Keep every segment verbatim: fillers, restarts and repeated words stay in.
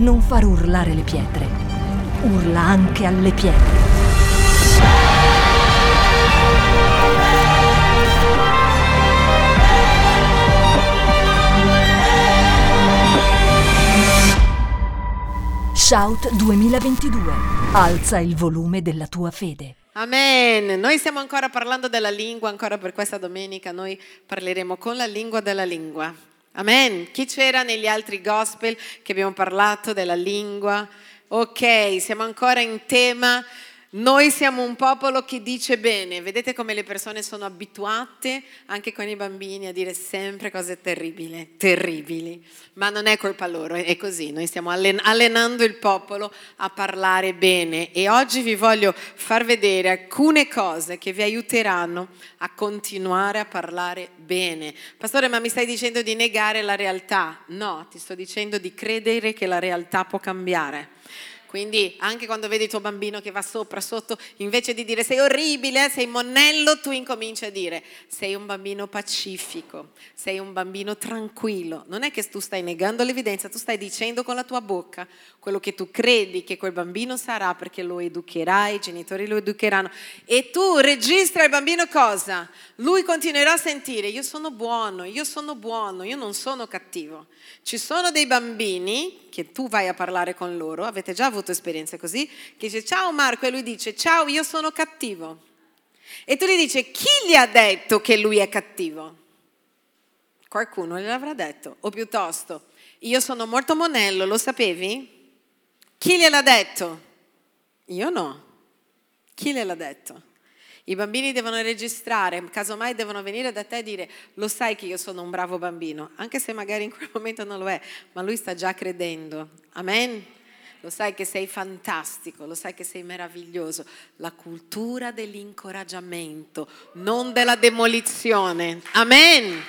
non far urlare le pietre. Urla anche alle pietre. Shout duemilaventidue. Alza il volume della tua fede. Amen. Noi stiamo ancora parlando della lingua, ancora per questa domenica noi parleremo con la lingua della lingua. Amen. Chi c'era negli altri gospel che abbiamo parlato della lingua? Ok, siamo ancora in tema. Noi siamo un popolo che dice bene. Vedete come le persone sono abituate, anche con i bambini, a dire sempre cose terribili, terribili. Ma non è colpa loro, è così. Noi stiamo allen- allenando il popolo a parlare bene. E oggi vi voglio far vedere alcune cose che vi aiuteranno a continuare a parlare bene. Pastore, ma mi stai dicendo di negare la realtà? No, ti sto dicendo di credere che la realtà può cambiare. Quindi anche quando vedi tuo bambino che va sopra, sotto, invece di dire sei orribile, sei monello, tu incominci a dire sei un bambino pacifico, sei un bambino tranquillo. Non è che tu stai negando l'evidenza, tu stai dicendo con la tua bocca quello che tu credi che quel bambino sarà, perché lo educherai, i genitori lo educheranno. E tu registri al bambino cosa? Lui continuerà a sentire io sono buono, io sono buono, io non sono cattivo. Ci sono dei bambini che tu vai a parlare con loro, avete già avuto esperienze così, che dice ciao Marco e lui dice ciao io sono cattivo. E tu gli dici chi gli ha detto che lui è cattivo? Qualcuno gliel'avrà detto. O piuttosto io sono molto monello, lo sapevi? Chi gliel'ha detto? Io no. Chi gliel'ha detto? I bambini devono registrare, casomai devono venire da te e dire lo sai che io sono un bravo bambino, anche se magari in quel momento non lo è, ma lui sta già credendo. Amen? Lo sai che sei fantastico, lo sai che sei meraviglioso. La cultura dell'incoraggiamento, non della demolizione. Amen?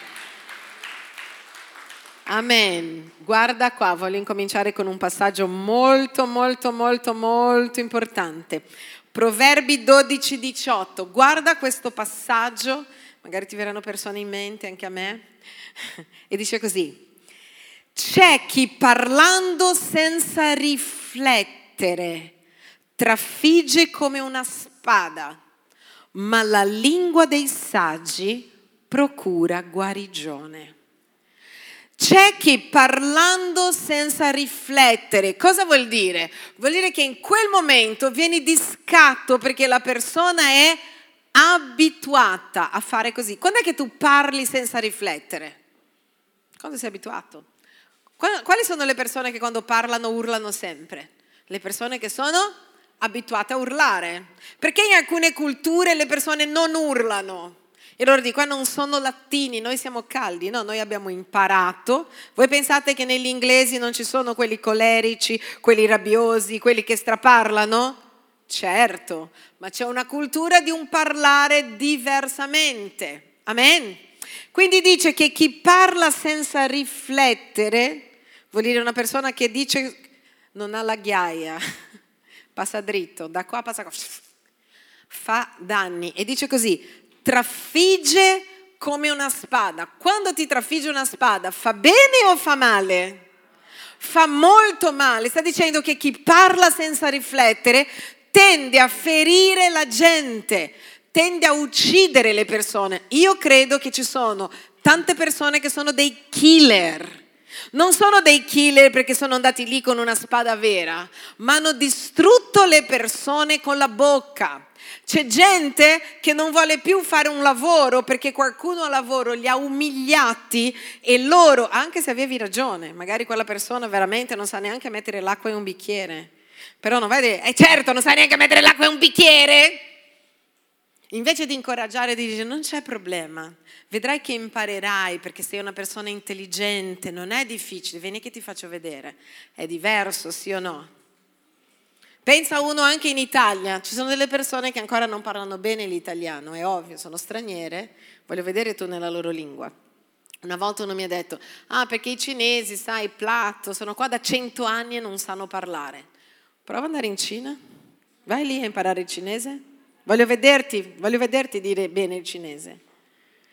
Amen. Guarda qua, voglio incominciare con un passaggio molto, molto, molto, molto importante. Proverbi dodici diciotto. Guarda questo passaggio, magari ti verranno persone in mente, anche a me, e dice così. C'è chi parlando senza riflettere trafigge come una spada, ma la lingua dei saggi procura guarigione. C'è chi parlando senza riflettere, cosa vuol dire? Vuol dire che in quel momento vieni di scatto perché la persona è abituata a fare così. Quando è che tu parli senza riflettere? Quando sei abituato. Quali sono le persone che quando parlano urlano sempre? Le persone che sono abituate a urlare. Perché in alcune culture le persone non urlano? E loro dicono, qua non sono latini, noi siamo caldi. No, noi abbiamo imparato. Voi pensate che negli inglesi non ci sono quelli colerici, quelli rabbiosi, quelli che straparlano? Certo, ma c'è una cultura di un parlare diversamente. Amen? Quindi dice che chi parla senza riflettere, vuol dire una persona che dice, non ha la ghiaia, passa dritto, da qua passa qua, fa danni. E dice così, trafigge come una spada. Quando ti trafigge una spada, fa bene o fa male? Fa molto male. Sta dicendo che chi parla senza riflettere tende a ferire la gente, tende a uccidere le persone. Io credo che ci sono tante persone che sono dei killer. Non sono dei killer perché sono andati lì con una spada vera, ma hanno distrutto le persone con la bocca. C'è gente che non vuole più fare un lavoro perché qualcuno al lavoro li ha umiliati e loro, anche se avevi ragione, magari quella persona veramente non sa neanche mettere l'acqua in un bicchiere, però non vai a dire, eh certo non sai neanche mettere l'acqua in un bicchiere. Invece di incoraggiare, di dire non c'è problema, vedrai che imparerai perché sei una persona intelligente, non è difficile, vieni che ti faccio vedere, è diverso sì o no? Pensa uno anche in Italia, ci sono delle persone che ancora non parlano bene l'italiano, è ovvio, sono straniere, voglio vedere tu nella loro lingua. Una volta uno mi ha detto, ah perché i cinesi, sai, platto, sono qua da cento anni e non sanno parlare. Prova ad andare in Cina, vai lì a imparare il cinese, voglio vederti, voglio vederti dire bene il cinese.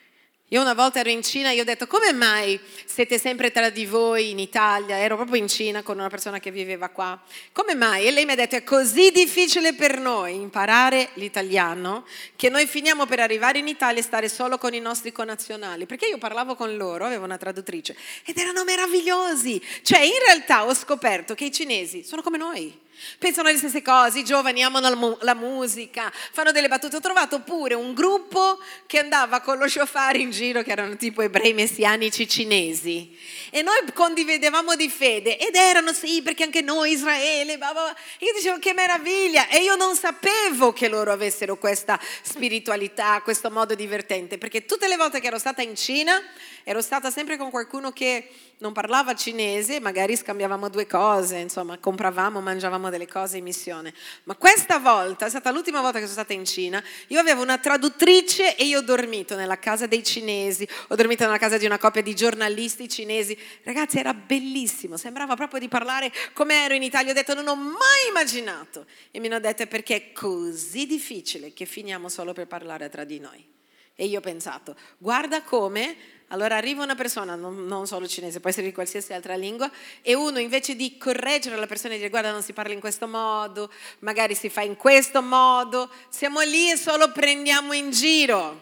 Io una volta ero in Cina e io ho detto: come mai siete sempre tra di voi in Italia? Ero proprio in Cina con una persona che viveva qua. Come mai? E lei mi ha detto: è così difficile per noi imparare l'italiano che noi finiamo per arrivare in Italia e stare solo con i nostri connazionali. Perché io parlavo con loro, avevo una traduttrice, ed erano meravigliosi. Cioè in realtà ho scoperto che i cinesi sono come noi. Pensano alle stesse cose, i giovani amano la, mu- la musica, fanno delle battute. Ho trovato pure un gruppo che andava con lo shofar in giro, che erano tipo ebrei messianici cinesi, e noi condividevamo di fede, ed erano sì, perché anche noi Israele, blah, blah, blah. Io dicevo: che meraviglia! E io non sapevo che loro avessero questa spiritualità, questo modo divertente, perché tutte le volte che ero stata in Cina ero stata sempre con qualcuno che non parlava cinese, magari scambiavamo due cose, insomma, compravamo, mangiavamo delle cose in missione. Ma questa volta, è stata l'ultima volta che sono stata in Cina, io avevo una traduttrice e io ho dormito nella casa dei cinesi, ho dormito nella casa di una coppia di giornalisti cinesi. Ragazzi, era bellissimo, sembrava proprio di parlare come ero in Italia. Ho detto: non ho mai immaginato. E mi hanno detto: perché è così difficile che finiamo solo per parlare tra di noi. E io ho pensato: guarda come... Allora arriva una persona, non, non solo cinese, può essere di qualsiasi altra lingua, e uno invece di correggere la persona e dire: guarda, non si parla in questo modo, magari si fa in questo modo, siamo lì e solo prendiamo in giro.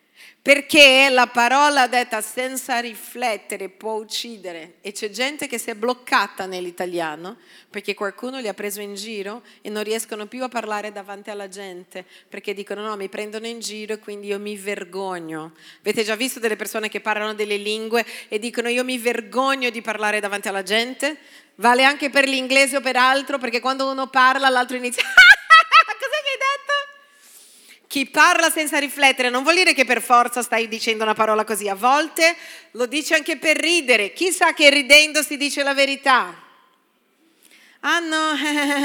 Perché la parola detta senza riflettere può uccidere, e c'è gente che si è bloccata nell'italiano perché qualcuno li ha preso in giro e non riescono più a parlare davanti alla gente, perché dicono: no, mi prendono in giro e quindi io mi vergogno. Avete già visto delle persone che parlano delle lingue e dicono: io mi vergogno di parlare davanti alla gente? Vale anche per l'inglese o per altro, perché quando uno parla l'altro inizia: cosa mi hai detto? Chi parla senza riflettere non vuol dire che per forza stai dicendo una parola così. A volte lo dice anche per ridere. Chi sa che ridendo si dice la verità? Ah no,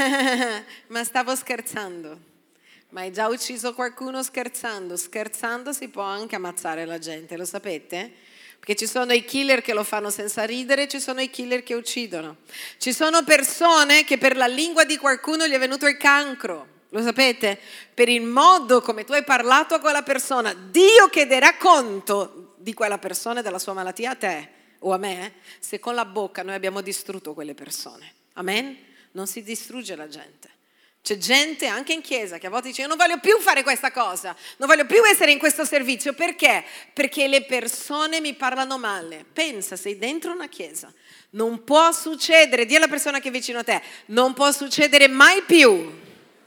ma stavo scherzando. Ma hai già ucciso qualcuno scherzando? Scherzando si può anche ammazzare la gente, lo sapete? Perché ci sono i killer che lo fanno senza ridere, ci sono i killer che uccidono. Ci sono persone che per la lingua di qualcuno gli è venuto il cancro. Lo sapete? Per il modo come tu hai parlato a quella persona, Dio chiederà conto di quella persona e della sua malattia a te o a me, se con la bocca noi abbiamo distrutto quelle persone. Amen? Non si distrugge la gente. C'è gente anche in chiesa che a volte dice: io non voglio più fare questa cosa, non voglio più essere in questo servizio. Perché? Perché le persone mi parlano male. Pensa, sei dentro una chiesa, non può succedere, dì alla persona che è vicino a te, non può succedere mai più.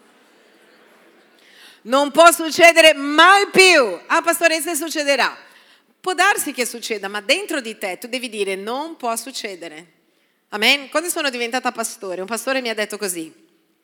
Non può succedere mai più. Ah, pastoressa, succederà. Può darsi che succeda, ma dentro di te tu devi dire: non può succedere. Amen? Quando sono diventata pastore, un pastore mi ha detto così: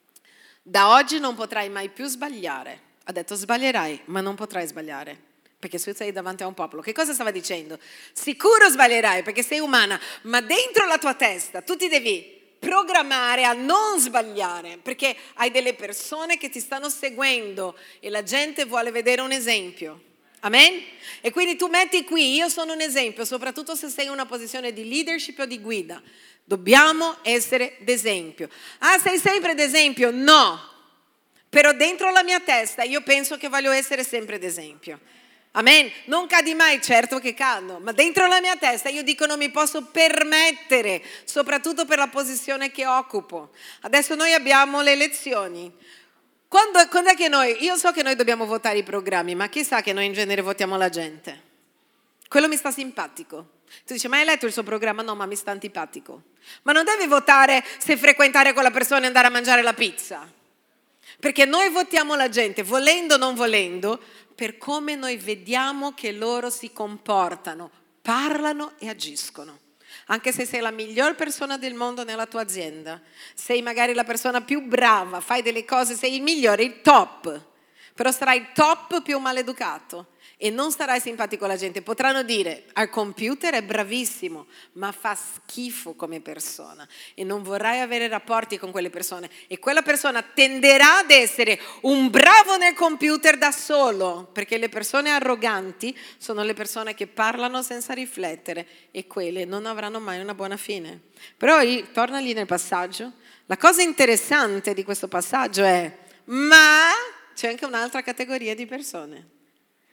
da oggi non potrai mai più sbagliare. Ha detto: sbaglierai, ma non potrai sbagliare, perché tu sei davanti a un popolo. Che cosa stava dicendo? Sicuro sbaglierai, perché sei umana, ma dentro la tua testa tu ti devi programmare a non sbagliare, perché hai delle persone che ti stanno seguendo e la gente vuole vedere un esempio. Amen? E quindi tu metti qui: io sono un esempio, soprattutto se sei in una posizione di leadership o di guida. Dobbiamo essere d'esempio. Ah, sei sempre d'esempio? No. Però dentro la mia testa io penso che voglio essere sempre d'esempio. Amen? Non cadi mai, certo che cado, ma dentro la mia testa io dico: non mi posso permettere, soprattutto per la posizione che occupo. Adesso noi abbiamo le elezioni. Quando, quando è che noi, io so che noi dobbiamo votare i programmi, ma chissà che noi in genere votiamo la gente. Quello mi sta simpatico. Tu dici: ma hai letto il suo programma? No, ma mi sta antipatico. Ma non devi votare se frequentare quella persona e andare a mangiare la pizza. Perché noi votiamo la gente, volendo o non volendo, per come noi vediamo che loro si comportano, parlano e agiscono. Anche se sei la miglior persona del mondo nella tua azienda, sei magari la persona più brava, fai delle cose, sei il migliore, il top, però sarai il top più maleducato e non sarai simpatico alla gente. Potranno dire: al computer è bravissimo, ma fa schifo come persona, e non vorrai avere rapporti con quelle persone, e quella persona tenderà ad essere un bravo nel computer da solo, perché le persone arroganti sono le persone che parlano senza riflettere, e quelle non avranno mai una buona fine. Però torna lì nel passaggio. La cosa interessante di questo passaggio è: ma c'è anche un'altra categoria di persone.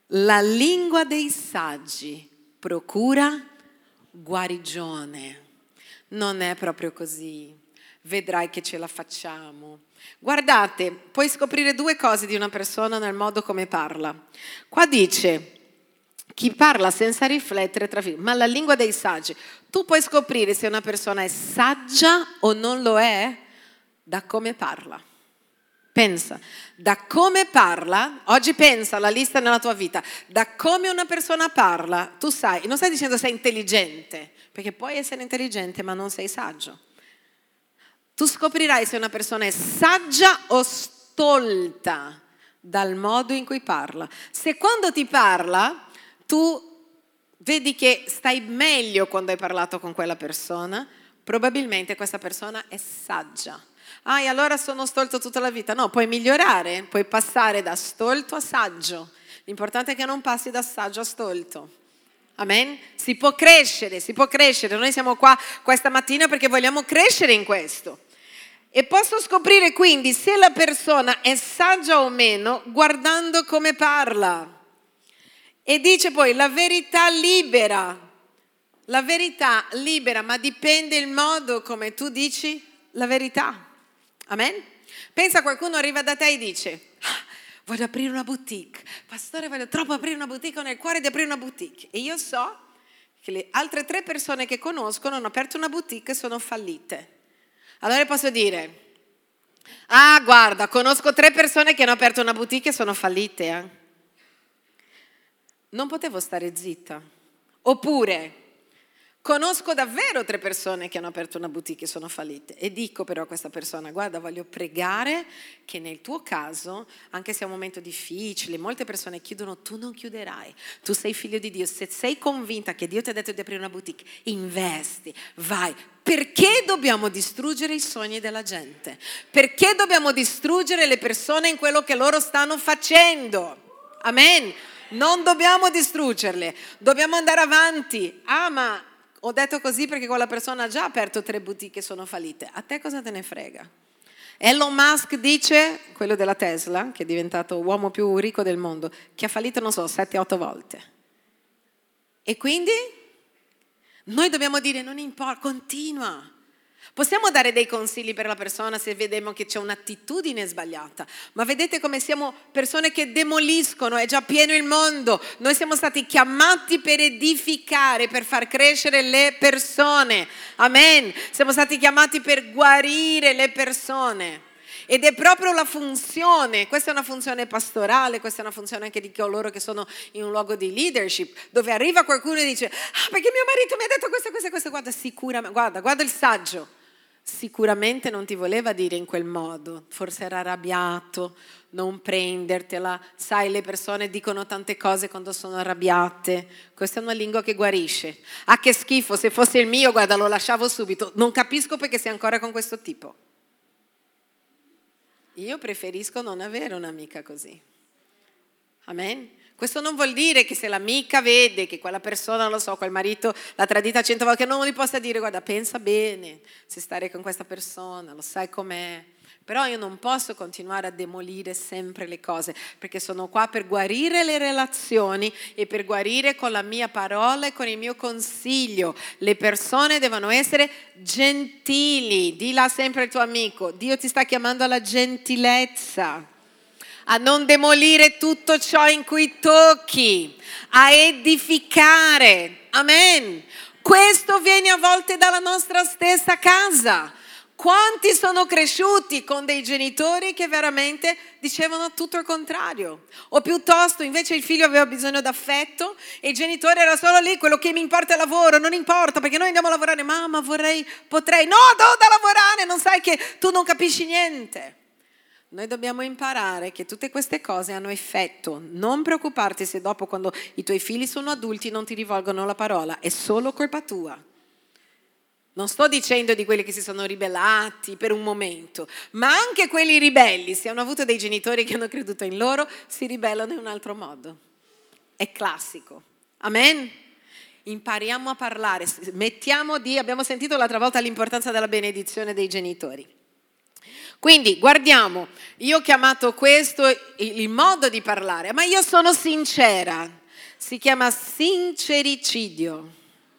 La lingua dei saggi procura guarigione. Non è proprio così. Vedrai che ce la facciamo. Guardate, puoi scoprire due cose di una persona nel modo come parla. Qua dice, chi parla senza riflettere trafica, ma la lingua dei saggi. Tu puoi scoprire se una persona è saggia o non lo è da come parla. Pensa, da come parla, oggi pensa alla lista nella tua vita, da come una persona parla, tu sai, non stai dicendo sei intelligente, perché puoi essere intelligente ma non sei saggio. Tu scoprirai se una persona è saggia o stolta dal modo in cui parla. Se quando ti parla tu vedi che stai meglio quando hai parlato con quella persona, probabilmente questa persona è saggia. Ah, e allora sono stolto tutta la vita. No, puoi migliorare, puoi passare da stolto a saggio. L'importante è che non passi da saggio a stolto. Amen? Si può crescere, si può crescere. Noi siamo qua questa mattina perché vogliamo crescere in questo. E posso scoprire quindi se la persona è saggia o meno guardando come parla. E dice poi la verità libera. La verità libera, ma dipende il modo come tu dici la verità. Amen? Pensa, qualcuno arriva da te e dice, ah, voglio aprire una boutique. Pastore, voglio troppo aprire una boutique, ho nel cuore di aprire una boutique. E io so che le altre tre persone che conoscono hanno aperto una boutique e sono fallite. Allora posso dire, ah guarda, conosco tre persone che hanno aperto una boutique e sono fallite. Eh? Non potevo stare zitta. Oppure, conosco davvero tre persone che hanno aperto una boutique e sono fallite. E dico però a questa persona, guarda, voglio pregare che nel tuo caso, anche se è un momento difficile, molte persone chiudono, tu non chiuderai. Tu sei figlio di Dio. Se sei convinta che Dio ti ha detto di aprire una boutique, investi, vai. Perché dobbiamo distruggere i sogni della gente? Perché dobbiamo distruggere le persone in quello che loro stanno facendo? Amen. Non dobbiamo distruggerle, dobbiamo andare avanti. Ah, ma ho detto così perché quella persona ha già aperto tre boutique e sono fallite. A te cosa te ne frega? Elon Musk dice, quello della Tesla, che è diventato l'uomo più ricco del mondo, che ha fallito, non so, sette otto volte. E quindi noi dobbiamo dire, non importa, continua. Possiamo dare dei consigli per la persona se vediamo che c'è un'attitudine sbagliata, ma vedete come siamo persone che demoliscono, è già pieno il mondo. Noi siamo stati chiamati per edificare, per far crescere le persone. Amen. Siamo stati chiamati per guarire le persone. Ed è proprio la funzione, questa è una funzione pastorale, questa è una funzione anche di coloro che sono in un luogo di leadership, dove arriva qualcuno e dice, ah, perché mio marito mi ha detto questo, questo, questo, guarda, sicuramente, guarda, guarda il saggio, sicuramente non ti voleva dire in quel modo, forse era arrabbiato, non prendertela, sai, le persone dicono tante cose quando sono arrabbiate, questa è una lingua che guarisce. Ah, che schifo, se fosse il mio, guarda, lo lasciavo subito, non capisco perché sei ancora con questo tipo. Io preferisco non avere un'amica così. Amen? Questo non vuol dire che se l'amica vede che quella persona, non lo so, quel marito l'ha tradita cento volte, che non gli possa dire, guarda, pensa bene se stare con questa persona, lo sai com'è. Però io non posso continuare a demolire sempre le cose, perché sono qua per guarire le relazioni e per guarire con la mia parola e con il mio consiglio. Le persone devono essere gentili. Dilla sempre al tuo amico, Dio ti sta chiamando alla gentilezza, a non demolire tutto ciò in cui tocchi, a edificare. Amen. Questo viene a volte dalla nostra stessa casa. Quanti sono cresciuti con dei genitori che veramente dicevano tutto il contrario? O piuttosto invece il figlio aveva bisogno d'affetto e il genitore era solo lì, quello che mi importa è il lavoro, non importa perché noi andiamo a lavorare, mamma vorrei, potrei, no, do da lavorare, non sai che tu non capisci niente. Noi dobbiamo imparare che tutte queste cose hanno effetto. Non preoccuparti se dopo quando i tuoi figli sono adulti non ti rivolgono la parola, è solo colpa tua. Non sto dicendo di quelli che si sono ribellati per un momento, ma anche quelli ribelli, se hanno avuto dei genitori che hanno creduto in loro, si ribellano in un altro modo. È classico. Amen? Impariamo a parlare. Mettiamo di, abbiamo sentito l'altra volta l'importanza della benedizione dei genitori. Quindi guardiamo, io ho chiamato questo il modo di parlare, ma io sono sincera, si chiama sincericidio.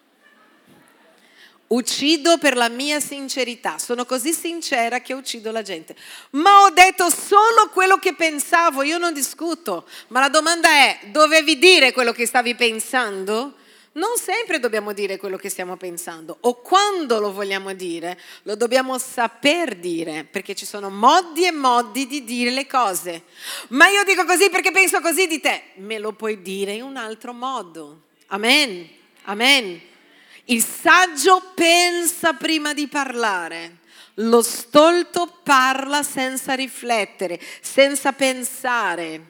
Uccido per la mia sincerità, sono così sincera che uccido la gente, ma ho detto solo quello che pensavo, io non discuto, ma la domanda è, dovevi dire quello che stavi pensando? Non sempre dobbiamo dire quello che stiamo pensando, o quando lo vogliamo dire, lo dobbiamo saper dire, perché ci sono modi e modi di dire le cose. Ma io dico così perché penso così di te, me lo puoi dire in un altro modo. Amen, amen. Il saggio pensa prima di parlare, lo stolto parla senza riflettere, senza pensare.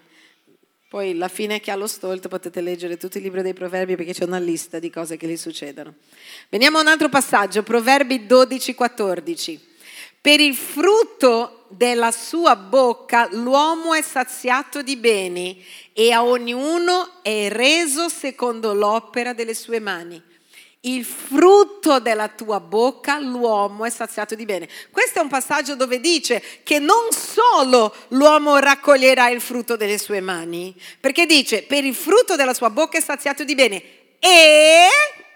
Poi la fine che ha lo stolto potete leggere tutto il libro dei Proverbi perché c'è una lista di cose che gli succedono. Veniamo a un altro passaggio, Proverbi dodici quattordici. Per il frutto della sua bocca l'uomo è saziato di beni e a ognuno è reso secondo l'opera delle sue mani. Il frutto della tua bocca l'uomo è saziato di bene. Questo è un passaggio dove dice che non solo l'uomo raccoglierà il frutto delle sue mani, perché dice per il frutto della sua bocca è saziato di bene e,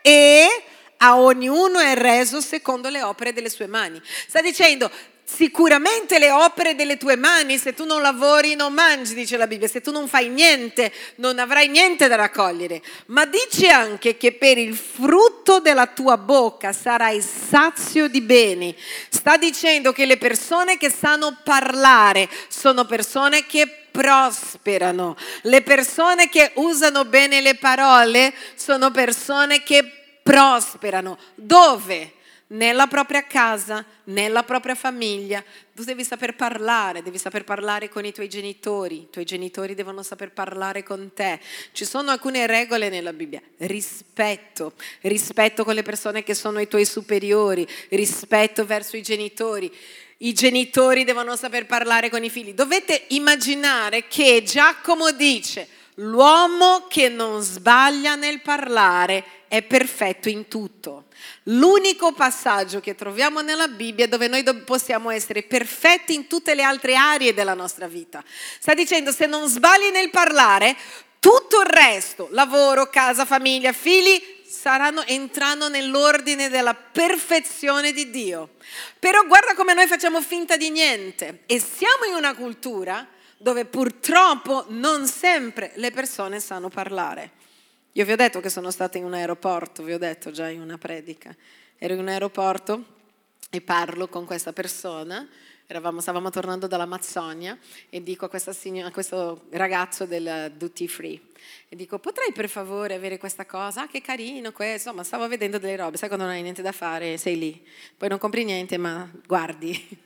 e a ognuno è reso secondo le opere delle sue mani. Sta dicendo sicuramente le opere delle tue mani, se tu non lavori non mangi, dice la Bibbia, se tu non fai niente non avrai niente da raccogliere, ma dice anche che per il frutto della tua bocca sarai sazio di beni. Sta dicendo che le persone che sanno parlare sono persone che prosperano, le persone che usano bene le parole sono persone che prosperano. Dove? Nella propria casa, nella propria famiglia. Tu devi saper parlare, devi saper parlare con i tuoi genitori, i tuoi genitori devono saper parlare con te. Ci sono alcune regole nella Bibbia: rispetto, rispetto con le persone che sono i tuoi superiori, rispetto verso i genitori. I genitori devono saper parlare con i figli. Dovete immaginare che Giacomo dice: l'uomo che non sbaglia nel parlare è perfetto in tutto. L'unico passaggio che troviamo nella Bibbia dove noi possiamo essere perfetti in tutte le altre aree della nostra vita. Sta dicendo, se non sbagli nel parlare, tutto il resto, lavoro, casa, famiglia, figli, saranno, entrano nell'ordine della perfezione di Dio. Però guarda come noi facciamo finta di niente e siamo in una cultura dove purtroppo non sempre le persone sanno parlare. Io vi ho detto che sono stata in un aeroporto, vi ho detto già in una predica. Ero in un aeroporto e parlo con questa persona, eravamo, stavamo tornando dall'Amazzonia e dico a, questa signora, a questo ragazzo del duty free, e dico: potrei per favore avere questa cosa? Ah, che carino questo, ma stavo vedendo delle robe, sai quando non hai niente da fare, sei lì, poi non compri niente ma guardi.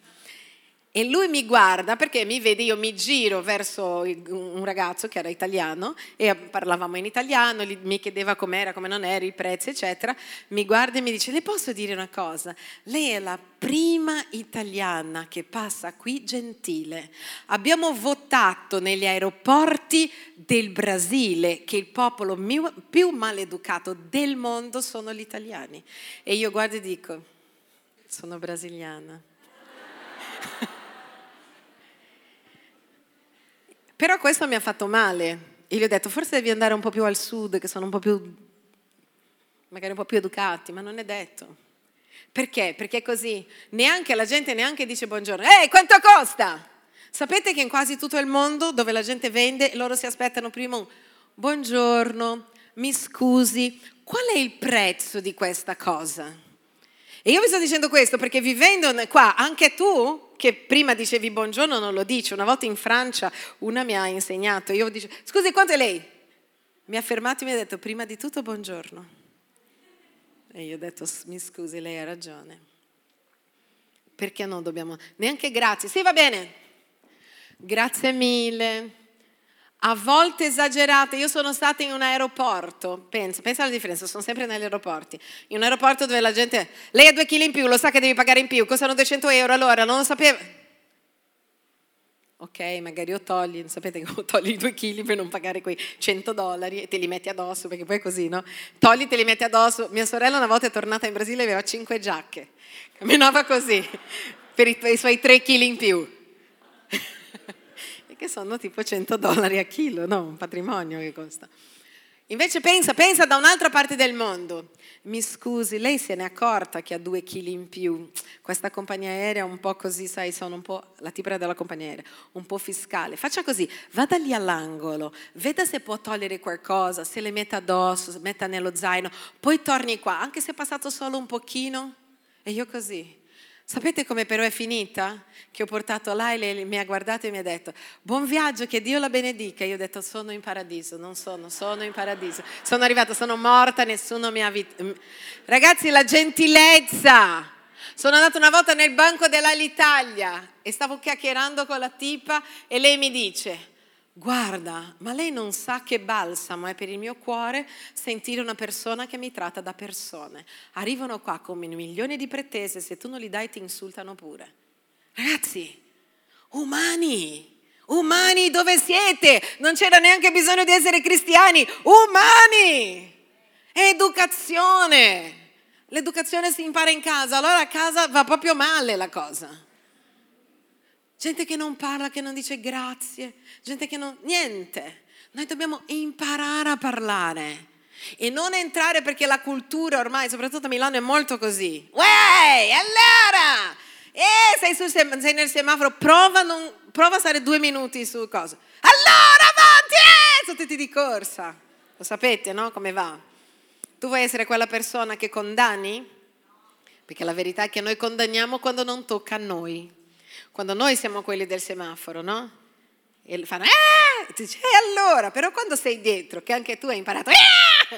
E lui mi guarda perché mi vede, io mi giro verso un ragazzo che era italiano e parlavamo in italiano, mi chiedeva com'era, come non era, i prezzi eccetera, mi guarda e mi dice: le posso dire una cosa? Lei è la prima italiana che passa qui gentile. Abbiamo votato negli aeroporti del Brasile che il popolo più maleducato del mondo sono gli italiani. E io guardo e dico: sono brasiliana. Però questo mi ha fatto male e gli ho detto: forse devi andare un po' più al sud, che sono un po' più, magari un po' più educati, ma non è detto. Perché? Perché così neanche la gente neanche dice buongiorno. Ehi, quanto costa? Sapete che in quasi tutto il mondo dove la gente vende, loro si aspettano prima un buongiorno, mi scusi, qual è il prezzo di questa cosa? E io vi sto dicendo questo perché vivendo qua, anche tu che prima dicevi buongiorno non lo dici. Una volta in Francia una mi ha insegnato, io dicevo: scusi, quanto è lei? Mi ha fermato e mi ha detto: prima di tutto buongiorno. E io ho detto: mi scusi, lei ha ragione. Perché non dobbiamo, neanche grazie, sì va bene, grazie mille. A volte esagerate. Io sono stata in un aeroporto, pensa, pensa alla differenza, sono sempre negli aeroporti, in un aeroporto dove la gente, lei ha due chili in più, lo sa che devi pagare in più, costano duecento euro, allora non lo sapeva. Ok, magari o togli, sapete che o togli i due chili per non pagare quei cento dollari e te li metti addosso, perché poi è così, no? Togli, te li metti addosso. Mia sorella una volta è tornata in Brasile e aveva cinque giacche, camminava così. per i, per i suoi tre chili in più. E che sono tipo cento dollari a chilo, no? Un patrimonio che costa. Invece pensa, pensa da un'altra parte del mondo. Mi scusi, lei se n'è accorta che ha due chili in più? Questa compagnia aerea è un po' così, sai, sono un po' la tipra della compagnia aerea, un po' fiscale. Faccia così, vada lì all'angolo, veda se può togliere qualcosa, se le metta addosso, metta nello zaino, poi torni qua, anche se è passato solo un pochino. E io così. Sapete come però è finita? Che ho portato là e lei mi ha guardato e mi ha detto buon viaggio, che Dio la benedica. Io ho detto sono in paradiso, non sono, sono in paradiso. Sono arrivata, sono morta, nessuno mi ha visto. Ragazzi, la gentilezza. Sono andata una volta nel banco dell'Alitalia e stavo chiacchierando con la tipa e lei mi dice guarda, ma lei non sa che balsamo è per il mio cuore sentire una persona che mi tratta da persone. Arrivano qua con milioni di pretese, se tu non li dai ti insultano pure. Ragazzi, umani, umani dove siete? Non c'era neanche bisogno di essere cristiani, umani! Educazione! L'educazione si impara in casa, allora a casa va proprio male la cosa. Gente che non parla, che non dice grazie, gente che non... niente. Noi dobbiamo imparare a parlare e non entrare perché la cultura ormai, soprattutto a Milano, è molto così. Uè, allora! Eh, sei, sul sem- sei nel semaforo, prova, non, prova a stare due minuti su cosa. Allora, avanti! Eh! Sono tutti di corsa. Lo sapete, no? Come va? Tu vuoi essere quella persona che condanni? Perché la verità è che noi condanniamo quando non tocca a noi. Quando noi siamo quelli del semaforo, no? E fanno, ah! E tu dici, e allora? Però quando sei dietro, che anche tu hai imparato, ah!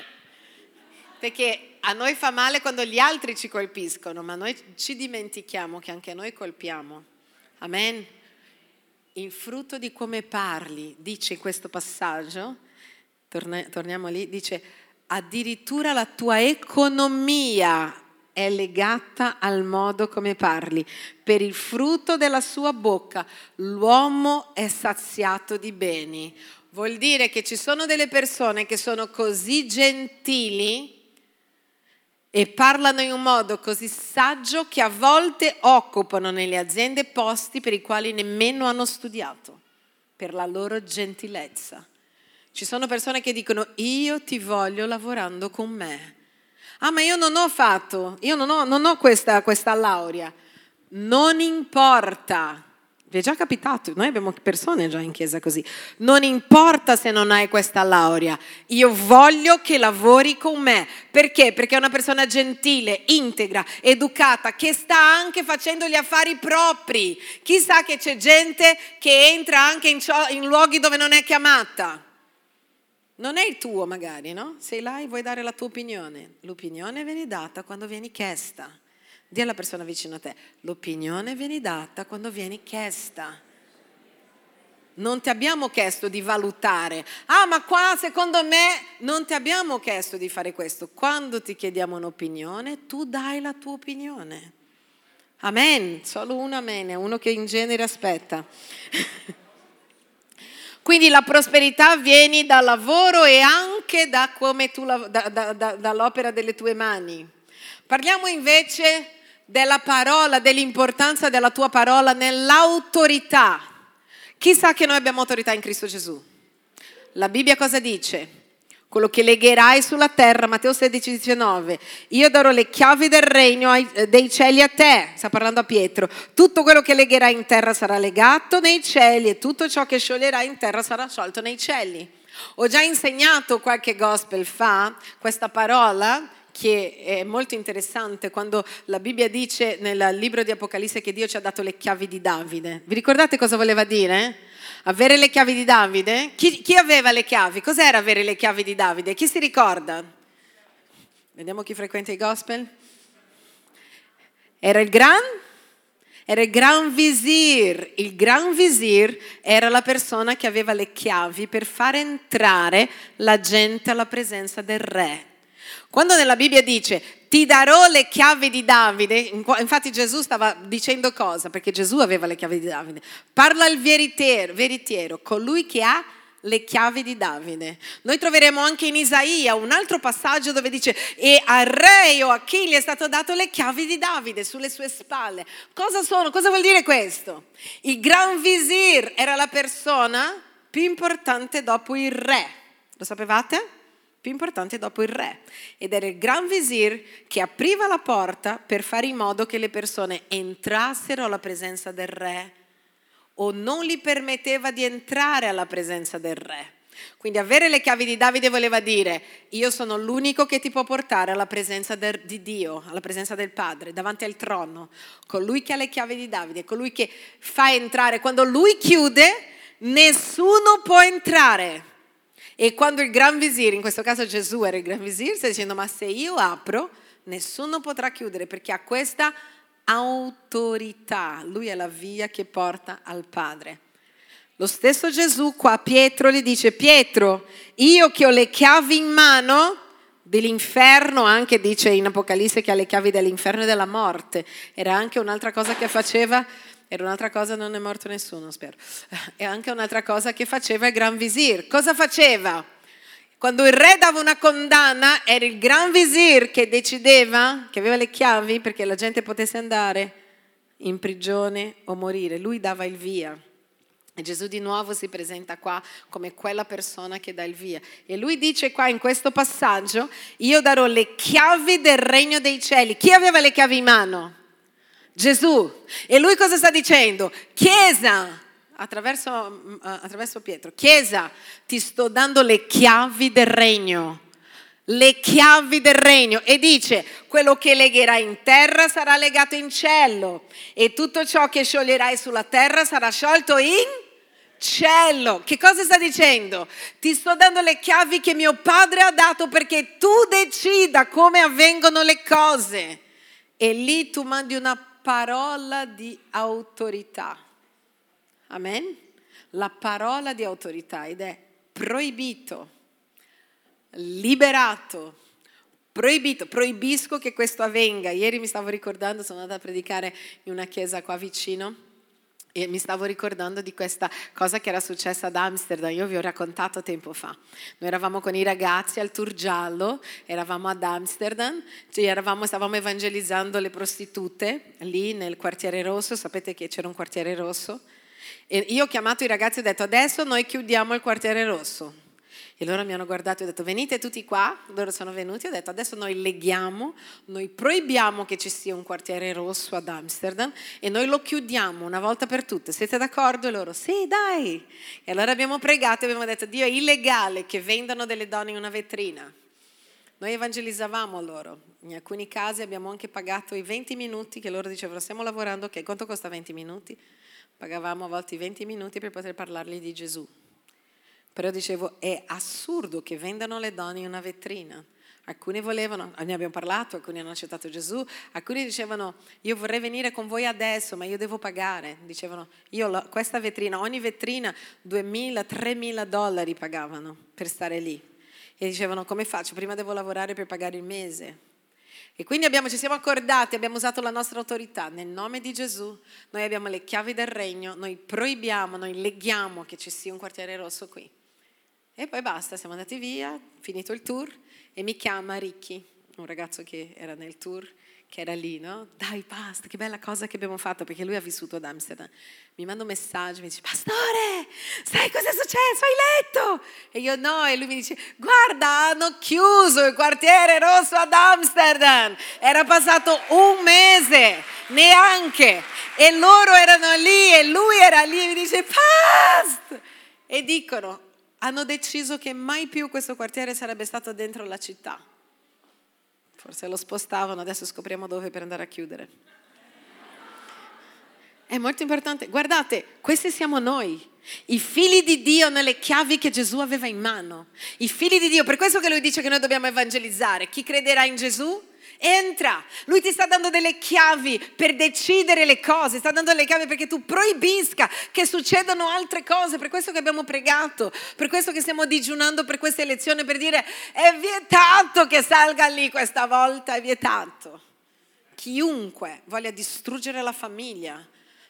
Perché a noi fa male quando gli altri ci colpiscono, ma noi ci dimentichiamo che anche noi colpiamo. Amen? Il frutto di come parli, dice in questo passaggio, torna, torniamo lì, dice, addirittura la tua economia è legata al modo come parli. Per il frutto della sua bocca l'uomo è saziato di beni. Vuol dire che ci sono delle persone che sono così gentili e parlano in un modo così saggio che a volte occupano nelle aziende posti per i quali nemmeno hanno studiato, per la loro gentilezza. Ci sono persone che dicono io ti voglio lavorando con me. Ah, ma io non ho fatto, io non ho, non ho questa, questa laurea. Non importa, vi è già capitato, noi abbiamo persone già in chiesa così. Non importa se non hai questa laurea, io voglio che lavori con me. Perché? Perché è una persona gentile, integra, educata, che sta anche facendo gli affari propri. Chissà che c'è gente che entra anche in, cio- in luoghi dove non è chiamata. Non è il tuo magari, no? Sei là e vuoi dare la tua opinione. L'opinione viene data quando vieni chiesta. Dì alla persona vicino a te, l'opinione viene data quando vieni chiesta. Non ti abbiamo chiesto di valutare. Ah, ma qua secondo me non ti abbiamo chiesto di fare questo. Quando ti chiediamo un'opinione, tu dai la tua opinione. Amen. Solo un amen, è uno che in genere aspetta. Quindi la prosperità viene dal lavoro e anche da come tu, da, da, da, dall'opera delle tue mani. Parliamo invece della parola, dell'importanza della tua parola nell'autorità. Chi sa che noi abbiamo autorità in Cristo Gesù? La Bibbia cosa dice? Quello che legherai sulla terra, Matteo sedici diciannove, io darò le chiavi del regno ai, dei cieli a te, sta parlando a Pietro, tutto quello che legherai in terra sarà legato nei cieli e tutto ciò che scioglierai in terra sarà sciolto nei cieli. Ho già insegnato qualche gospel fa questa parola che è molto interessante quando la Bibbia dice nel libro di Apocalisse che Dio ci ha dato le chiavi di Davide. Vi ricordate cosa voleva dire? Avere le chiavi di Davide? Chi, chi aveva le chiavi? Cos'era avere le chiavi di Davide? Chi si ricorda? Vediamo chi frequenta i gospel. Era il gran? Era il gran visir. Il gran visir era la persona che aveva le chiavi per far entrare la gente alla presenza del re. Quando nella Bibbia dice ti darò le chiavi di Davide, infatti Gesù stava dicendo cosa? Perché Gesù aveva le chiavi di Davide. Parla il veritiero, veritiero, colui che ha le chiavi di Davide. Noi troveremo anche in Isaia un altro passaggio dove dice: e al re o a chi gli è stato dato le chiavi di Davide sulle sue spalle. Cosa sono? Cosa vuol dire questo? Il Gran Visir era la persona più importante dopo il re. Lo sapevate? Più importante dopo il re. Ed era il Gran Visir che apriva la porta per fare in modo che le persone entrassero alla presenza del re, o non gli permetteva di entrare alla presenza del re. Quindi avere le chiavi di Davide voleva dire: io sono l'unico che ti può portare alla presenza del, di Dio, alla presenza del Padre, davanti al trono. Colui che ha le chiavi di Davide, colui che fa entrare. Quando lui chiude, nessuno può entrare. E quando il Gran Visir, in questo caso Gesù era il Gran Visir, sta dicendo: ma se io apro, nessuno potrà chiudere, perché ha questa autorità. Lui è la via che porta al Padre. Lo stesso Gesù qua a Pietro gli dice: Pietro, io che ho le chiavi in mano dell'inferno, anche dice in Apocalisse che ha le chiavi dell'inferno e della morte. Era anche un'altra cosa che faceva, era un'altra cosa, non è morto nessuno, spero. È anche un'altra cosa che faceva il Gran Visir. Cosa faceva? Quando il re dava una condanna, era il Gran Visir che decideva, che aveva le chiavi perché la gente potesse andare in prigione o morire. Lui dava il via. E Gesù di nuovo si presenta qua come quella persona che dà il via. E lui dice qua in questo passaggio: io darò le chiavi del regno dei cieli. Chi aveva le chiavi in mano? Gesù. E lui cosa sta dicendo? Chiesa, attraverso, attraverso Pietro, Chiesa, ti sto dando le chiavi del regno. Le chiavi del regno. E dice: quello che legherai in terra sarà legato in cielo, e tutto ciò che scioglierai sulla terra sarà sciolto in cielo. Che cosa sta dicendo? Ti sto dando le chiavi che mio padre ha dato perché tu decida come avvengono le cose. E lì tu mandi una parola di autorità. Amen? La parola di autorità, ed è proibito, liberato, proibito, proibisco che questo avvenga. Ieri mi stavo ricordando, sono andata a predicare in una chiesa qua vicino e mi stavo ricordando di questa cosa che era successa ad Amsterdam. Io vi ho raccontato tempo fa. Noi eravamo con i ragazzi al Tour Giallo, eravamo ad Amsterdam, cioè eravamo, stavamo evangelizzando le prostitute lì nel quartiere rosso. Sapete che c'era un quartiere rosso? E io ho chiamato i ragazzi e ho detto: adesso noi chiudiamo il quartiere rosso. E loro mi hanno guardato e ho detto: venite tutti qua. Loro sono venuti e ho detto: adesso noi leghiamo, noi proibiamo che ci sia un quartiere rosso ad Amsterdam e noi lo chiudiamo una volta per tutte. Siete d'accordo? E loro: sì, dai. E allora abbiamo pregato e abbiamo detto: Dio, è illegale che vendano delle donne in una vetrina. Noi evangelizzavamo loro. In alcuni casi abbiamo anche pagato i venti minuti che loro dicevano: stiamo lavorando, ok, quanto costa venti minuti? Pagavamo a volte i venti minuti per poter parlargli di Gesù. Però dicevo: è assurdo che vendano le donne in una vetrina. Alcuni volevano, ne abbiamo parlato, alcuni hanno accettato Gesù, alcuni dicevano: io vorrei venire con voi adesso, ma io devo pagare. Dicevano: io questa vetrina, ogni vetrina duemila, tremila dollari pagavano per stare lì. E dicevano: come faccio? Prima devo lavorare per pagare il mese. E quindi abbiamo, ci siamo accordati, abbiamo usato la nostra autorità nel nome di Gesù. Noi abbiamo le chiavi del regno, noi proibiamo, noi leghiamo che ci sia un quartiere rosso qui. E poi basta, siamo andati via, finito il tour, e mi chiama Ricky, un ragazzo che era nel tour, che era lì, no? Dai, basta, che bella cosa che abbiamo fatto, perché lui ha vissuto ad Amsterdam. Mi manda un messaggio, mi dice: pastore, sai cosa è successo? Hai letto? E io no, e lui mi dice: guarda, hanno chiuso il quartiere rosso ad Amsterdam. Era passato un mese, neanche, e loro erano lì e lui era lì e mi dice: past! E dicono: hanno deciso che mai più questo quartiere sarebbe stato dentro la città. Forse lo spostavano, adesso scopriamo dove per andare a chiudere. È molto importante. Guardate, questi siamo noi, i figli di Dio nelle chiavi che Gesù aveva in mano. I figli di Dio, per questo che lui dice che noi dobbiamo evangelizzare. Chi crederà in Gesù? Entra. Lui ti sta dando delle chiavi per decidere le cose, sta dando delle chiavi perché tu proibisca che succedano altre cose. Per questo che abbiamo pregato, per questo che stiamo digiunando per questa elezione, per dire: è vietato che salga lì questa volta, è vietato. Chiunque voglia distruggere la famiglia,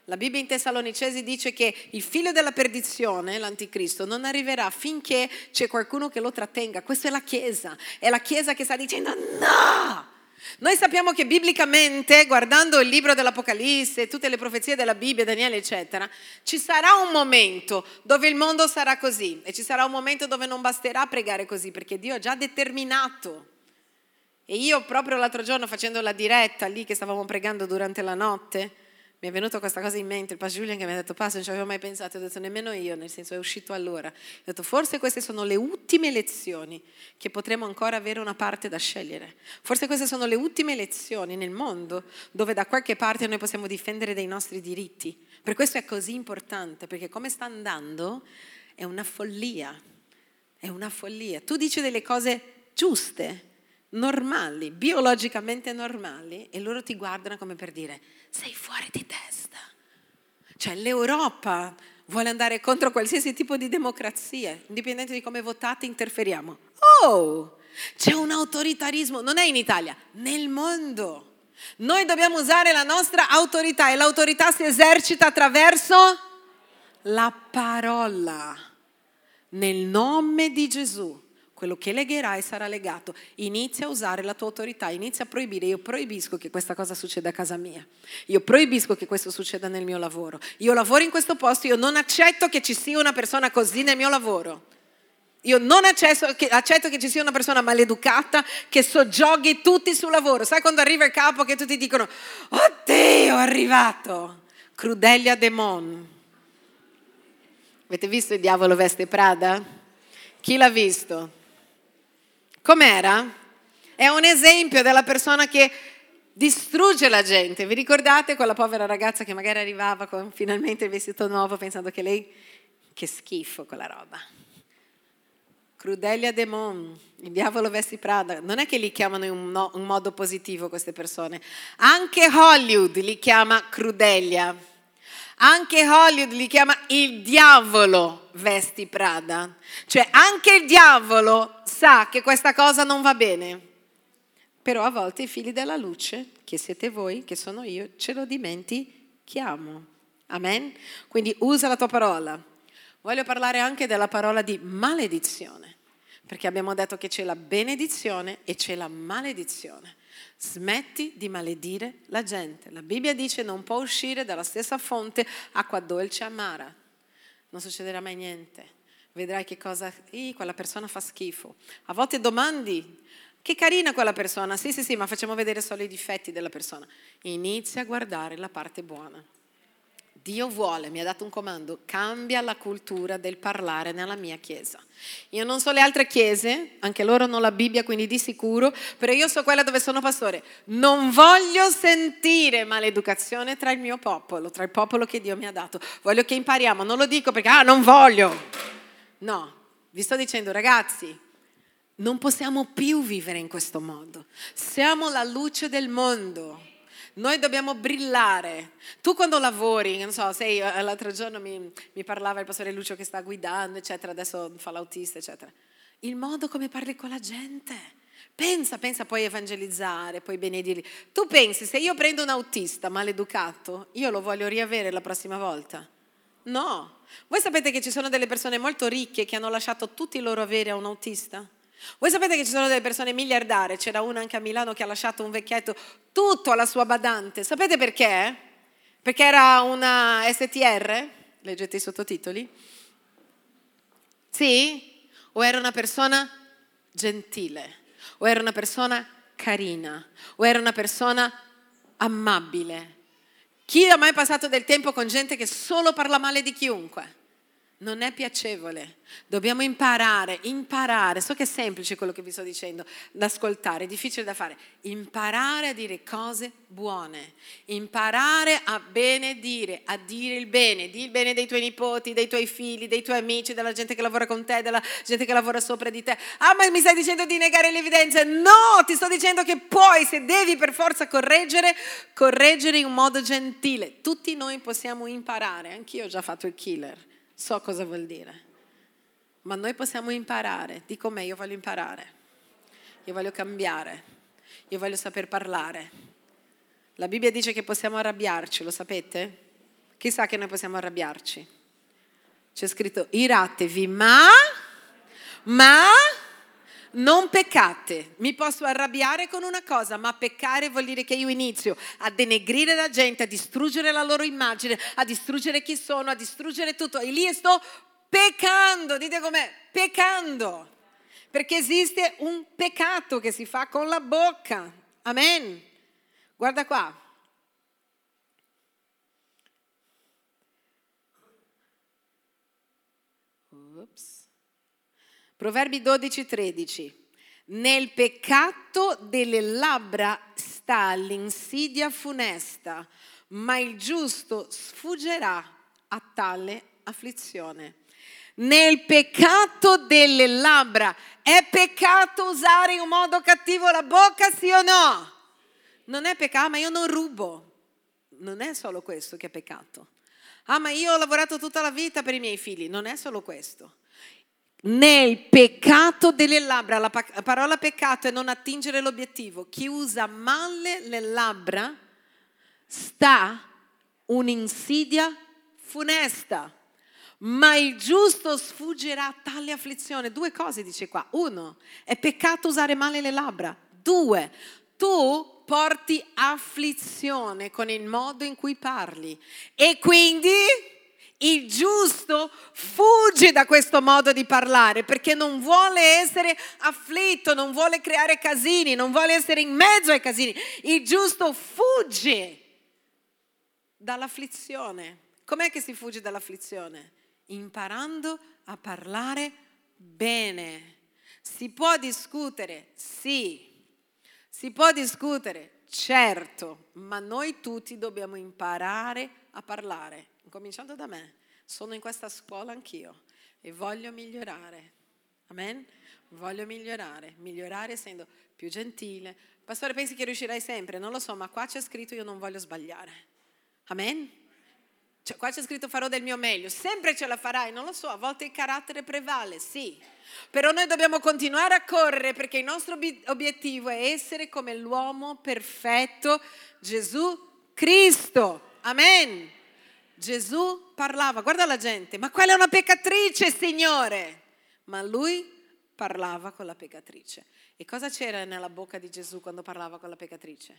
La Bibbia in Tessalonicesi dice che il figlio della perdizione, l'anticristo, non arriverà finché c'è qualcuno che lo trattenga. Questa è la Chiesa, è la Chiesa che sta dicendo no! Noi sappiamo che biblicamente, guardando il libro dell'Apocalisse, tutte le profezie della Bibbia, Daniele eccetera, ci sarà un momento dove il mondo sarà così e ci sarà un momento dove non basterà pregare così, perché Dio ha già determinato. E io proprio l'altro giorno facendo la diretta lì che stavamo pregando durante la notte, mi è venuta questa cosa in mente, il Pastor Julian che mi ha detto Pastor, non ci avevo mai pensato, ho detto nemmeno io, nel senso è uscito allora. Ho detto forse queste sono le ultime lezioni che potremo ancora avere una parte da scegliere. Forse queste sono le ultime lezioni nel mondo dove da qualche parte noi possiamo difendere dei nostri diritti. Per questo è così importante, perché come sta andando è una follia, è una follia. Tu dici delle cose giuste, normali, biologicamente normali, e loro ti guardano come per dire sei fuori di testa. Cioè l'Europa vuole andare contro qualsiasi tipo di democrazia, indipendente di come votate interferiamo. Oh, c'è un autoritarismo, non è in Italia, nel mondo. Noi dobbiamo usare la nostra autorità e l'autorità si esercita attraverso la parola, nel nome di Gesù. Quello che legherai sarà legato. Inizia a usare la tua autorità, inizia a proibire. Io proibisco che questa cosa succeda a casa mia. Io proibisco che questo succeda nel mio lavoro. Io lavoro in questo posto, io non accetto che ci sia una persona così nel mio lavoro. Io non accetto che, accetto che ci sia una persona maleducata che soggioghi tutti sul lavoro. Sai quando arriva il capo che tutti dicono oddio è arrivato. Crudelia Demon. Avete visto Il diavolo veste Prada? Chi l'ha visto? Com'era? È un esempio della persona che distrugge la gente. Vi ricordate quella povera ragazza che magari arrivava con finalmente il vestito nuovo pensando che lei, che schifo quella roba. Crudelia Demon, il diavolo vesti Prada. Non è che li chiamano in un, no, un modo positivo queste persone. Anche Hollywood li chiama Crudelia. Anche Hollywood li chiama il diavolo vesti Prada. Cioè anche il diavolo sa che questa cosa non va bene. Però a volte i figli della luce, che siete voi, che sono io, ce lo dimentichiamo. Amen? Quindi usa la tua parola. Voglio parlare anche della parola di maledizione, perché abbiamo detto che c'è la benedizione e c'è la maledizione. Smetti di maledire la gente. La Bibbia dice non può uscire dalla stessa fonte acqua dolce e amara. Non succederà mai niente. Vedrai che cosa, Ih, quella persona fa schifo. A volte domandi, che carina quella persona. Sì, sì, sì, ma facciamo vedere solo i difetti della persona. Inizia a guardare la parte buona. Dio vuole, mi ha dato un comando, cambia la cultura del parlare nella mia chiesa. Io non so le altre chiese, anche loro non la Bibbia, quindi di sicuro, però io so quella dove sono pastore. Non voglio sentire maleducazione tra il mio popolo, tra il popolo che Dio mi ha dato. Voglio che impariamo, non lo dico perché, ah, non voglio. No, vi sto dicendo, ragazzi, non possiamo più vivere in questo modo. Siamo la luce del mondo. Noi dobbiamo brillare. Tu quando lavori, non so, sei, l'altro giorno mi, mi parlava il pastore Lucio che sta guidando, eccetera, adesso fa l'autista, eccetera. Il modo come parli con la gente. Pensa, pensa puoi evangelizzare, puoi benedirli. Tu pensi, se io prendo un autista maleducato, io lo voglio riavere la prossima volta? No. Voi sapete che ci sono delle persone molto ricche che hanno lasciato tutti i loro averi a un autista? Voi sapete che ci sono delle persone miliardarie, c'era una anche a Milano che ha lasciato un vecchietto tutto alla sua badante. Sapete perché? Perché era una S T R? Leggete i sottotitoli. Sì? O era una persona gentile, o era una persona carina, o era una persona amabile. Chi ha mai passato del tempo con gente che solo parla male di chiunque? Non è piacevole, dobbiamo imparare, imparare, so che è semplice quello che vi sto dicendo, da ascoltare, è difficile da fare, imparare a dire cose buone, imparare a benedire, a dire il bene, di il bene dei tuoi nipoti, dei tuoi figli, dei tuoi amici, della gente che lavora con te, della gente che lavora sopra di te. Ah, ma mi stai dicendo di negare le evidenze? No, ti sto dicendo che puoi, se devi per forza correggere, correggere in un modo gentile. Tutti noi possiamo imparare, anch'io ho già fatto il killer. So cosa vuol dire, ma noi possiamo imparare. Dico me, io voglio imparare, io voglio cambiare, io voglio saper parlare. La Bibbia dice che possiamo arrabbiarci, lo sapete? Chissà che noi possiamo arrabbiarci. C'è scritto iratevi, ma, ma non peccate. Mi posso arrabbiare con una cosa, ma peccare vuol dire che io inizio a denegrire la gente, a distruggere la loro immagine, a distruggere chi sono, a distruggere tutto. E lì sto peccando, dite com'è, peccando. Perché esiste un peccato che si fa con la bocca. Amen. Guarda qua. Ops. Proverbi dodici tredici. Nel peccato delle labbra sta l'insidia funesta, ma il giusto sfuggerà a tale afflizione. Nel peccato delle labbra. È peccato usare in un modo cattivo la bocca, sì o no? Non è peccato, ma io non rubo. Non è solo questo che è peccato. Ah, ma io ho lavorato tutta la vita per i miei figli. Non è solo questo. Nel peccato delle labbra, la parola peccato è non attingere l'obiettivo. Chi usa male le labbra sta un'insidia funesta, ma il giusto sfuggirà a tale afflizione. Due cose dice qua. Uno, è peccato usare male le labbra. Due, tu porti afflizione con il modo in cui parli e quindi il giusto fugge da questo modo di parlare perché non vuole essere afflitto, non vuole creare casini, non vuole essere in mezzo ai casini. Il giusto fugge dall'afflizione. Com'è che si fugge dall'afflizione? Imparando a parlare bene. Si può discutere? Sì. Si può discutere? Certo, ma noi tutti dobbiamo imparare a parlare. Cominciando da me, sono in questa scuola anch'io e voglio migliorare, amen? Voglio migliorare, migliorare essendo più gentile. Pastore, pensi che riuscirai sempre? Non lo so, ma qua c'è scritto io non voglio sbagliare, amen? Cioè, qua c'è scritto farò del mio meglio, sempre ce la farai, non lo so, a volte il carattere prevale, sì, però noi dobbiamo continuare a correre perché il nostro obiettivo è essere come l'uomo perfetto, Gesù Cristo, amen? Gesù parlava, guarda la gente, ma quella è una peccatrice, Signore. Ma lui parlava con la peccatrice. E cosa c'era nella bocca di Gesù quando parlava con la peccatrice?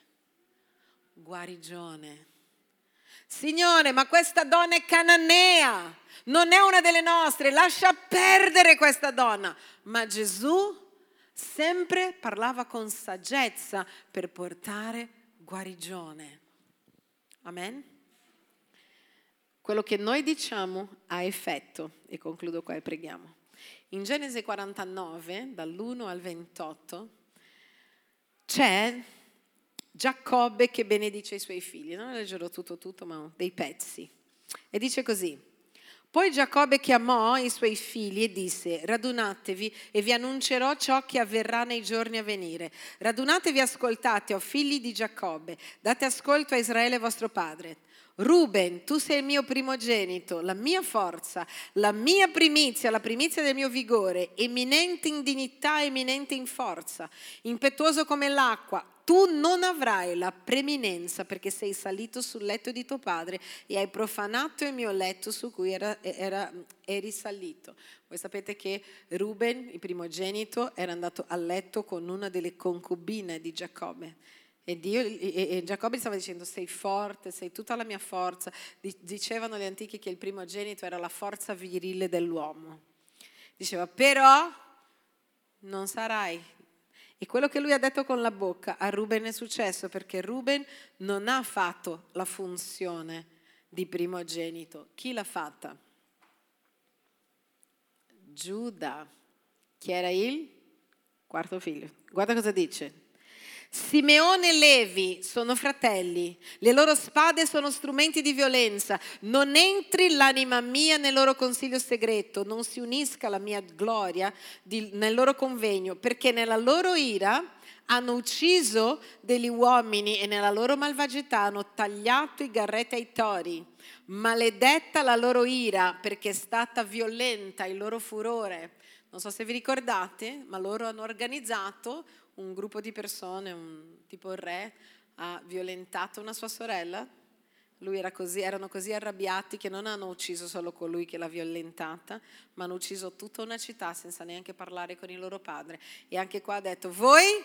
Guarigione. Signore, ma questa donna è cananea, non è una delle nostre, lascia perdere questa donna. Ma Gesù sempre parlava con saggezza per portare guarigione. Amen? Quello che noi diciamo ha effetto, e concludo qua e preghiamo. In Genesi quarantanove, dall'uno al ventotto, c'è Giacobbe che benedice i suoi figli. Non leggerò tutto tutto, ma dei pezzi. E dice così: poi Giacobbe chiamò i suoi figli e disse: radunatevi e vi annuncerò ciò che avverrà nei giorni a venire. Radunatevi, ascoltate, o figli di Giacobbe, date ascolto a Israele vostro padre. Ruben, tu sei il mio primogenito, la mia forza, la mia primizia, la primizia del mio vigore, eminente in dignità, eminente in forza, impetuoso come l'acqua. Tu non avrai la preeminenza perché sei salito sul letto di tuo padre e hai profanato il mio letto su cui era, era, eri salito. Voi sapete che Ruben, il primogenito, era andato a letto con una delle concubine di Giacobbe. E, Dio, e, e Giacobbe stava dicendo: sei forte, sei tutta la mia forza. Dicevano gli antichi che il primogenito era la forza virile dell'uomo. Diceva: però non sarai. E quello che lui ha detto con la bocca a Ruben è successo, perché Ruben non ha fatto la funzione di primogenito. Chi l'ha fatta? Giuda. Chi era il quarto figlio? Guarda cosa dice. Simeone e Levi sono fratelli, le loro spade sono strumenti di violenza. Non entri l'anima mia nel loro consiglio segreto, non si unisca la mia gloria di, nel loro convegno, perché nella loro ira hanno ucciso degli uomini e nella loro malvagità hanno tagliato i garretti ai tori. Maledetta la loro ira perché è stata violenta il loro furore. Non so se vi ricordate, ma loro hanno organizzato un gruppo di persone, un tipo il re, ha violentato una sua sorella, Lui era così, erano così arrabbiati che non hanno ucciso solo colui che l'ha violentata, ma hanno ucciso tutta una città senza neanche parlare con il loro padre. E anche qua ha detto: voi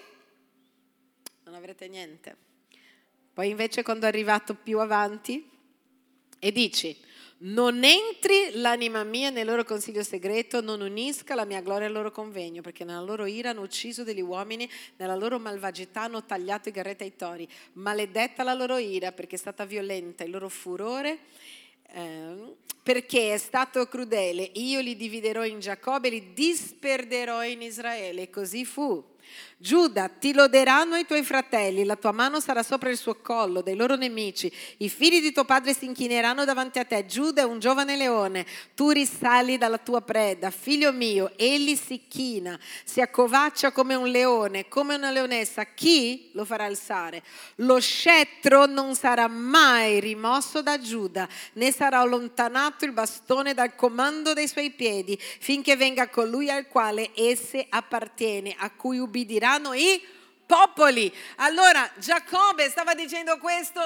non avrete niente. Poi invece quando è arrivato più avanti e dici: non entri l'anima mia nel loro consiglio segreto, non unisca la mia gloria al loro convegno, perché nella loro ira hanno ucciso degli uomini, nella loro malvagità hanno tagliato i garreti ai tori. Maledetta la loro ira, perché è stata violenta, il loro furore, eh, perché è stato crudele. Io li dividerò in Giacobbe e li disperderò in Israele. E così fu. Giuda, ti loderanno i tuoi fratelli, la tua mano sarà sopra il suo collo, dei loro nemici. I figli di tuo padre si inchineranno davanti a te. Giuda è un giovane leone, tu risali dalla tua preda. Figlio mio, egli si china, si accovaccia come un leone, come una leonessa. Chi lo farà alzare? Lo scettro non sarà mai rimosso da Giuda, né sarà allontanato il bastone dal comando dei suoi piedi, finché venga colui al quale esse appartiene, a cui ubbidiranno i popoli. Allora Giacobbe stava dicendo questo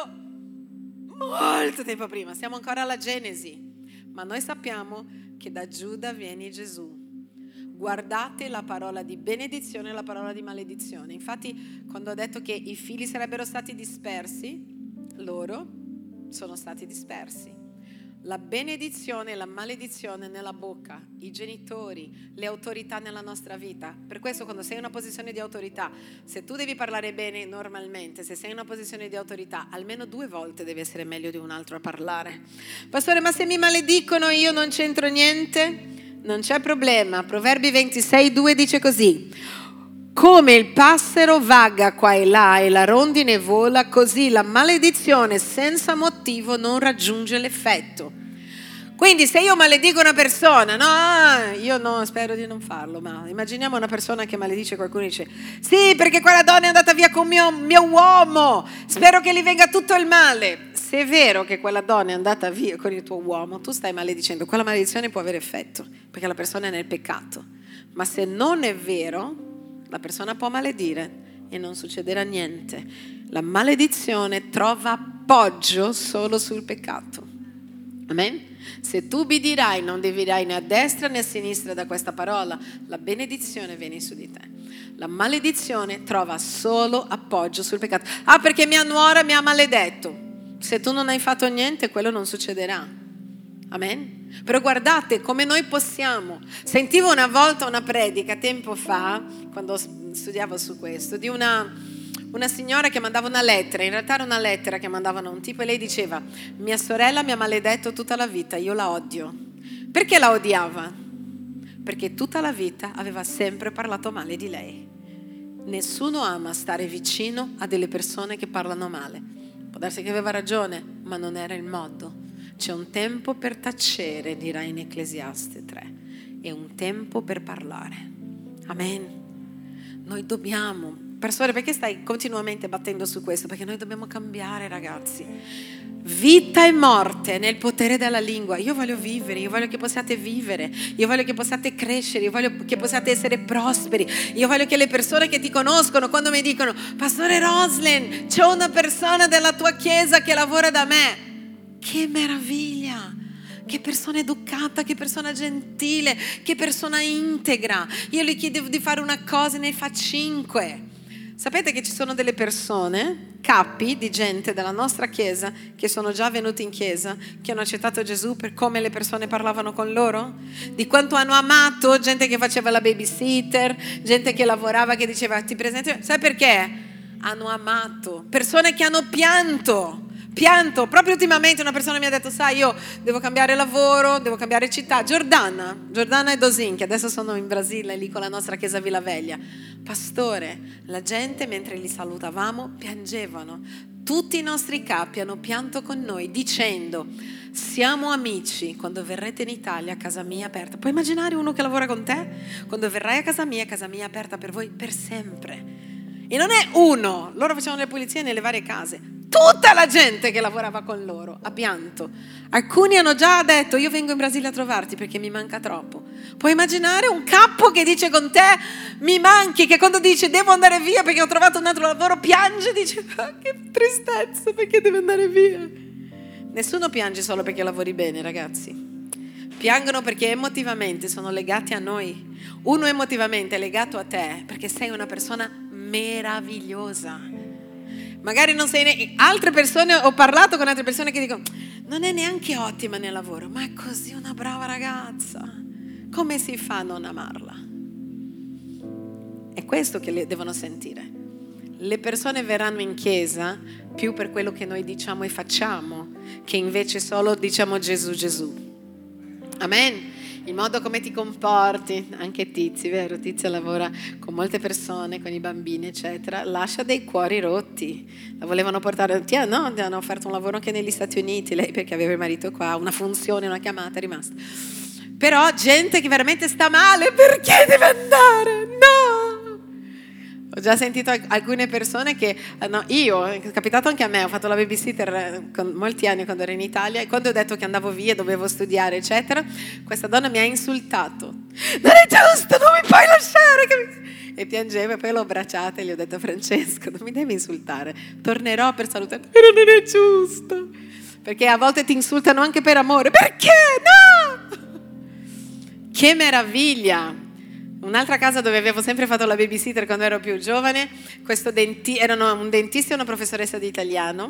molto tempo prima, siamo ancora alla Genesi, ma noi sappiamo che da Giuda viene Gesù. Guardate la parola di benedizione e la parola di maledizione. Infatti quando ho detto che i figli sarebbero stati dispersi, loro sono stati dispersi. La benedizione e la maledizione nella bocca, i genitori, le autorità nella nostra vita. Per questo quando sei in una posizione di autorità, se tu devi parlare bene normalmente, se sei in una posizione di autorità, almeno due volte devi essere meglio di un altro a parlare. Pastore, ma se mi maledicono io non c'entro niente? Non c'è problema. Proverbi ventisei due dice così: come il passero vaga qua e là e la rondine vola, così la maledizione senza motivo non raggiunge l'effetto. Quindi se io maledico una persona, no, io no, spero di non farlo, ma immaginiamo una persona che maledice qualcuno e dice: sì, perché quella donna è andata via con mio, mio uomo, spero che gli venga tutto il male. Se è vero che quella donna è andata via con il tuo uomo, tu stai maledicendo, quella maledizione può avere effetto, perché la persona è nel peccato. Ma se non è vero, la persona può maledire e non succederà niente. La maledizione trova appoggio solo sul peccato. Amen? Se tu ubbidirai, non dirai né a destra né a sinistra da questa parola, la benedizione viene su di te. La maledizione trova solo appoggio sul peccato. Ah, perché mia nuora mi ha maledetto. Se tu non hai fatto niente, quello non succederà. Amen? Però guardate come noi possiamo. Sentivo una volta una predica tempo fa, quando studiavo su questo, di una, una signora che mandava una lettera. In realtà era una lettera che mandavano a un tipo e lei diceva: mia sorella mi ha maledetto tutta la vita, io la odio. Perché la odiava? Perché tutta la vita aveva sempre parlato male di lei. Nessuno ama stare vicino a delle persone che parlano male. Può darsi che aveva ragione, ma non era il modo. C'è un tempo per tacere, dirà in Ecclesiaste tre, e un tempo per parlare. Amen. Noi dobbiamo, pastore, perché stai continuamente battendo su questo? Perché noi dobbiamo cambiare, ragazzi. Vita e morte nel potere della lingua. Io voglio vivere, io voglio che possiate vivere, io voglio che possiate crescere, io voglio che possiate essere prosperi. Io voglio che le persone che ti conoscono, quando mi dicono: Pastore Roslyn, c'è una persona della tua chiesa che lavora da me. Che meraviglia, che persona educata, che persona gentile, che persona integra. Io gli chiedevo di fare una cosa e ne fa cinque. Sapete che ci sono delle persone, capi di gente della nostra chiesa, che sono già venuti in chiesa, che hanno accettato Gesù per come le persone parlavano con loro, di quanto hanno amato, gente che faceva la babysitter, gente che lavorava, che diceva: ti presento. Sai perché? Hanno amato, persone che hanno pianto. Pianto, proprio ultimamente una persona mi ha detto: sai, io devo cambiare lavoro, devo cambiare città. Giordana, Giordana e Dosin, che adesso sono in Brasile, lì con la nostra chiesa Villa Veglia. Pastore, la gente mentre li salutavamo piangevano. Tutti i nostri capi hanno pianto con noi dicendo: siamo amici, quando verrete in Italia casa mia è aperta. Puoi immaginare uno che lavora con te? Quando verrai a casa mia, casa mia è aperta per voi per sempre. E non è uno, loro facevano le pulizie nelle varie case. Tutta la gente che lavorava con loro ha pianto. Alcuni hanno già detto: io vengo in Brasile a trovarti perché mi manca troppo. Puoi immaginare un capo che dice con te: mi manchi, che quando dice devo andare via perché ho trovato un altro lavoro piange, dice: ah, che tristezza, perché deve andare via. Nessuno piange solo perché lavori bene, ragazzi. Piangono perché emotivamente sono legati a noi. Uno emotivamente è legato a te perché sei una persona meravigliosa. Magari non sei ne... altre persone, ho parlato con altre persone che dicono non è neanche ottima nel lavoro, ma è così una brava ragazza. Come si fa a non amarla? È questo che le devono sentire. Le persone verranno in chiesa più per quello che noi diciamo e facciamo, che invece solo diciamo Gesù, Gesù. Amen. Il modo come ti comporti, anche Tizi, vero? Tizia lavora con molte persone, con i bambini, eccetera. Lascia dei cuori rotti. La volevano portare, no? Ti hanno offerto un lavoro anche negli Stati Uniti, lei perché aveva il marito qua, una funzione, una chiamata, è rimasta. Però gente che veramente sta male, perché deve andare? No! Ho già sentito alcune persone che, no, io, è capitato anche a me, ho fatto la babysitter con molti anni quando ero in Italia e quando ho detto che andavo via, dovevo studiare, eccetera, questa donna mi ha insultato. Non è giusto, non mi puoi lasciare! E piangevo e poi l'ho abbracciata e gli ho detto Francesco, non mi devi insultare, tornerò per salutare, però non è giusto. Perché a volte ti insultano anche per amore. Perché? No! Che meraviglia! Un'altra casa dove avevo sempre fatto la babysitter quando ero più giovane, questo denti- erano un dentista e una professoressa di italiano.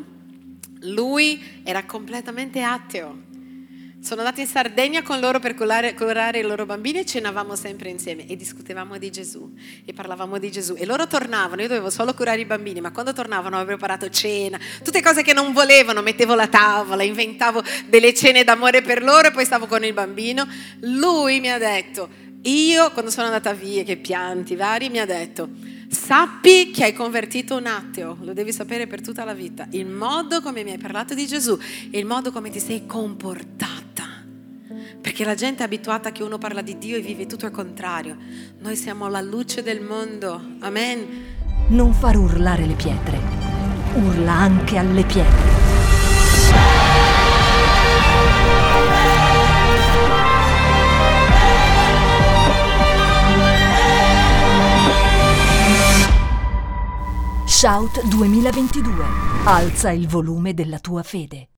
Lui era completamente ateo. Sono andata in Sardegna con loro per curare, curare i loro bambini e cenavamo sempre insieme e discutevamo di Gesù e parlavamo di Gesù. E loro tornavano, io dovevo solo curare i bambini, ma quando tornavano avevo preparato cena, tutte cose che non volevano, mettevo la tavola, inventavo delle cene d'amore per loro e poi stavo con il bambino. Lui mi ha detto... Io, quando sono andata via, che pianti vari, mi ha detto sappi che hai convertito un ateo, lo devi sapere per tutta la vita, il modo come mi hai parlato di Gesù e il modo come ti sei comportata, perché la gente è abituata che uno parla di Dio e vive tutto al contrario. Noi siamo la luce del mondo, amen. Non far urlare le pietre, urla anche alle pietre. Shout duemilaventidue. Alza il volume della tua fede.